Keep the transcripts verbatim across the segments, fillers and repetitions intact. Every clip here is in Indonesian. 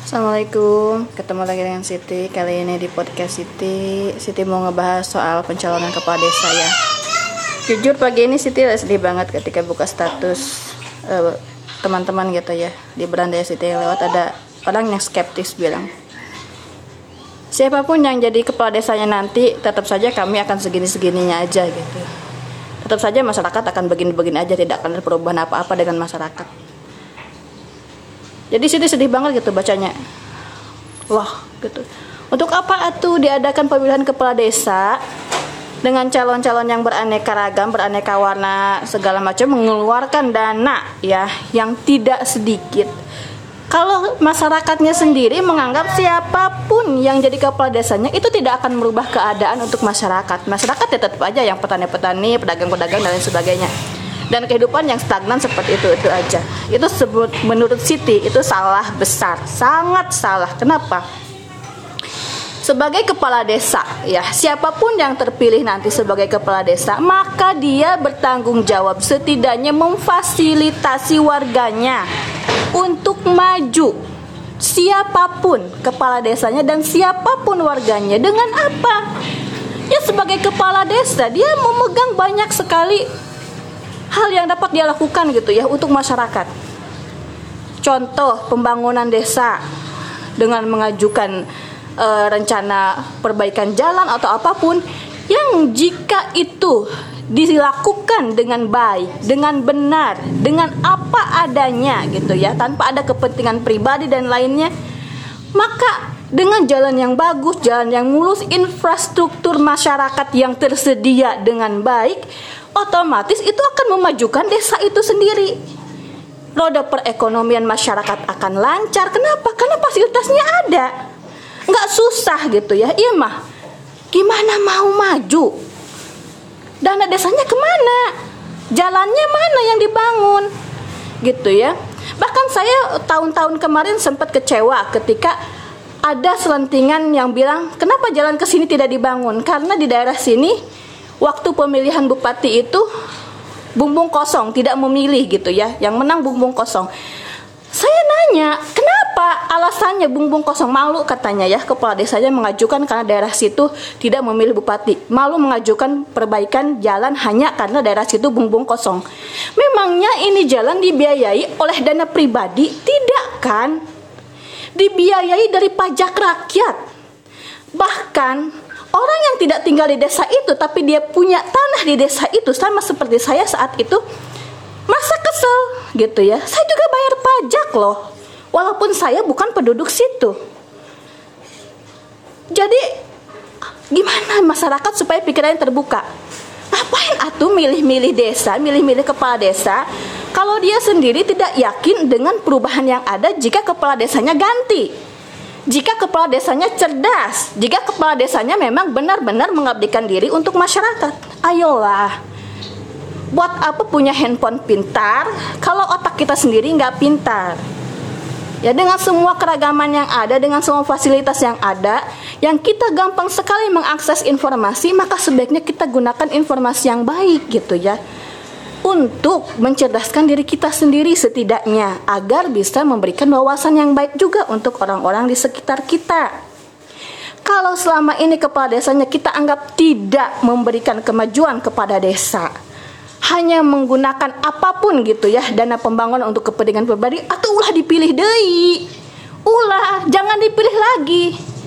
Assalamualaikum, ketemu lagi dengan Siti. Kali ini di podcast Siti Siti mau ngebahas soal pencalonan kepala desa ya. Jujur pagi ini Siti sedih banget ketika buka status uh, teman-teman gitu ya. Di beranda Siti lewat ada orang yang skeptis bilang, siapapun yang jadi kepala desanya nanti tetap saja kami akan segini-segininya aja gitu. Tetap saja masyarakat akan begini-begini aja, tidak akan ada perubahan apa-apa dengan masyarakat. Jadi Siti sedih banget gitu bacanya. Loh gitu. Untuk apa tuh diadakan pemilihan kepala desa dengan calon-calon yang beraneka ragam, beraneka warna, segala macam, mengeluarkan dana ya yang tidak sedikit. Kalau masyarakatnya sendiri menganggap siapapun yang jadi kepala desanya itu tidak akan merubah keadaan untuk masyarakat. Masyarakat ya tetap aja yang petani-petani, pedagang-pedagang dan lain sebagainya. Dan kehidupan yang stagnan seperti itu itu aja. Itu sebut menurut Siti itu salah besar, sangat salah. Kenapa? Sebagai kepala desa, ya siapapun yang terpilih nanti sebagai kepala desa, maka dia bertanggung jawab setidaknya memfasilitasi warganya untuk maju. Siapapun kepala desanya dan siapapun warganya dengan apa? Ya sebagai kepala desa dia memegang banyak sekali hal yang dapat dia lakukan gitu ya untuk masyarakat. Contoh pembangunan desa dengan mengajukan e, rencana perbaikan jalan atau apapun yang jika itu dilakukan dengan baik, dengan benar, dengan apa adanya gitu ya, tanpa ada kepentingan pribadi dan lainnya, maka dengan jalan yang bagus, jalan yang mulus, infrastruktur masyarakat yang tersedia dengan baik, otomatis itu akan memajukan desa itu sendiri. Roda perekonomian masyarakat akan lancar. Kenapa? Karena fasilitasnya ada. Nggak susah gitu ya. Iya mah, gimana mau maju? Dana desanya kemana? Jalannya mana yang dibangun? Gitu ya. Bahkan saya tahun-tahun kemarin sempat kecewa ketika ada selentingan yang bilang, kenapa jalan ke sini tidak dibangun? Karena di daerah sini waktu pemilihan bupati itu bumbung kosong, tidak memilih gitu ya. Yang menang bumbung kosong. Saya nanya, kenapa alasannya bumbung kosong? Malu katanya ya, kepala desanya mengajukan karena daerah situ tidak memilih bupati. Malu mengajukan perbaikan jalan hanya karena daerah situ bumbung kosong. Memangnya ini jalan dibiayai oleh dana pribadi? Tidak kan? Dibiayai dari pajak rakyat. Bahkan orang yang tidak tinggal di desa itu tapi dia punya tanah di desa itu, sama seperti saya saat itu, masa kesel gitu ya. Saya juga bayar pajak loh, walaupun saya bukan penduduk situ. Jadi gimana masyarakat supaya pikirannya terbuka? Ngapain atuh milih-milih desa, milih-milih kepala desa kalau dia sendiri tidak yakin dengan perubahan yang ada jika kepala desanya ganti? Jika kepala desanya cerdas, jika kepala desanya memang benar-benar mengabdikan diri untuk masyarakat. Ayolah, buat apa punya handphone pintar kalau otak kita sendiri nggak pintar? Ya dengan semua keragaman yang ada, dengan semua fasilitas yang ada, yang kita gampang sekali mengakses informasi, maka sebaiknya kita gunakan informasi yang baik gitu ya, untuk mencerdaskan diri kita sendiri setidaknya, agar bisa memberikan wawasan yang baik juga untuk orang-orang di sekitar kita. Kalau selama ini kepala desanya kita anggap tidak memberikan kemajuan kepada desa, hanya menggunakan apapun gitu ya, dana pembangunan untuk kepentingan pribadi, atau ulah dipilih deui. Ulah, jangan dipilih lagi.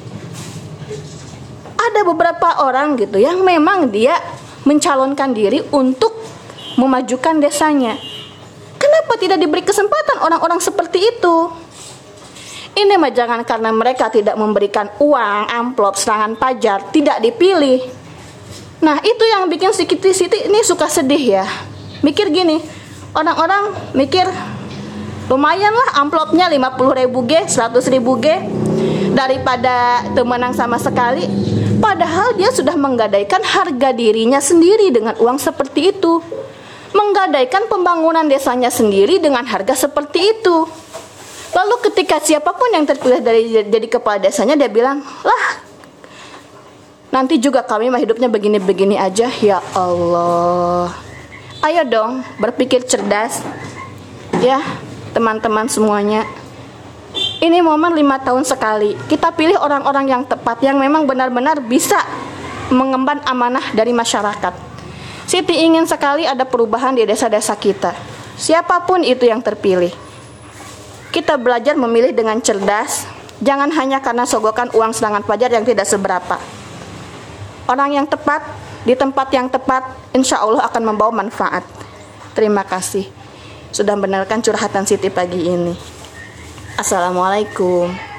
Ada beberapa orang gitu yang memang dia mencalonkan diri untuk memajukan desanya. Kenapa tidak diberi kesempatan orang-orang seperti itu? Ini mah jangan karena mereka tidak memberikan uang, amplop, serangan pajar, tidak dipilih. Nah itu yang bikin Siti ini suka sedih ya. Mikir gini, orang-orang mikir lumayan lah amplopnya lima puluh ribu ge, seratus ribu ge, daripada temenang sama sekali. Padahal dia sudah menggadaikan harga dirinya sendiri dengan uang seperti itu, menggadaikan pembangunan desanya sendiri dengan harga seperti itu. Lalu ketika siapapun yang terpilih dari jadi kepala desanya, dia bilang, lah nanti juga kami mah hidupnya begini-begini aja. Ya Allah, ayo dong berpikir cerdas ya teman-teman semuanya. Ini momen lima tahun sekali. Kita pilih orang-orang yang tepat, yang memang benar-benar bisa mengemban amanah dari masyarakat. Siti ingin sekali ada perubahan di desa-desa kita. Siapapun itu yang terpilih. Kita belajar memilih dengan cerdas, jangan hanya karena sogokan uang serangan fajar yang tidak seberapa. Orang yang tepat, di tempat yang tepat, insya Allah akan membawa manfaat. Terima kasih sudah mendengarkan curhatan Siti pagi ini. Assalamualaikum.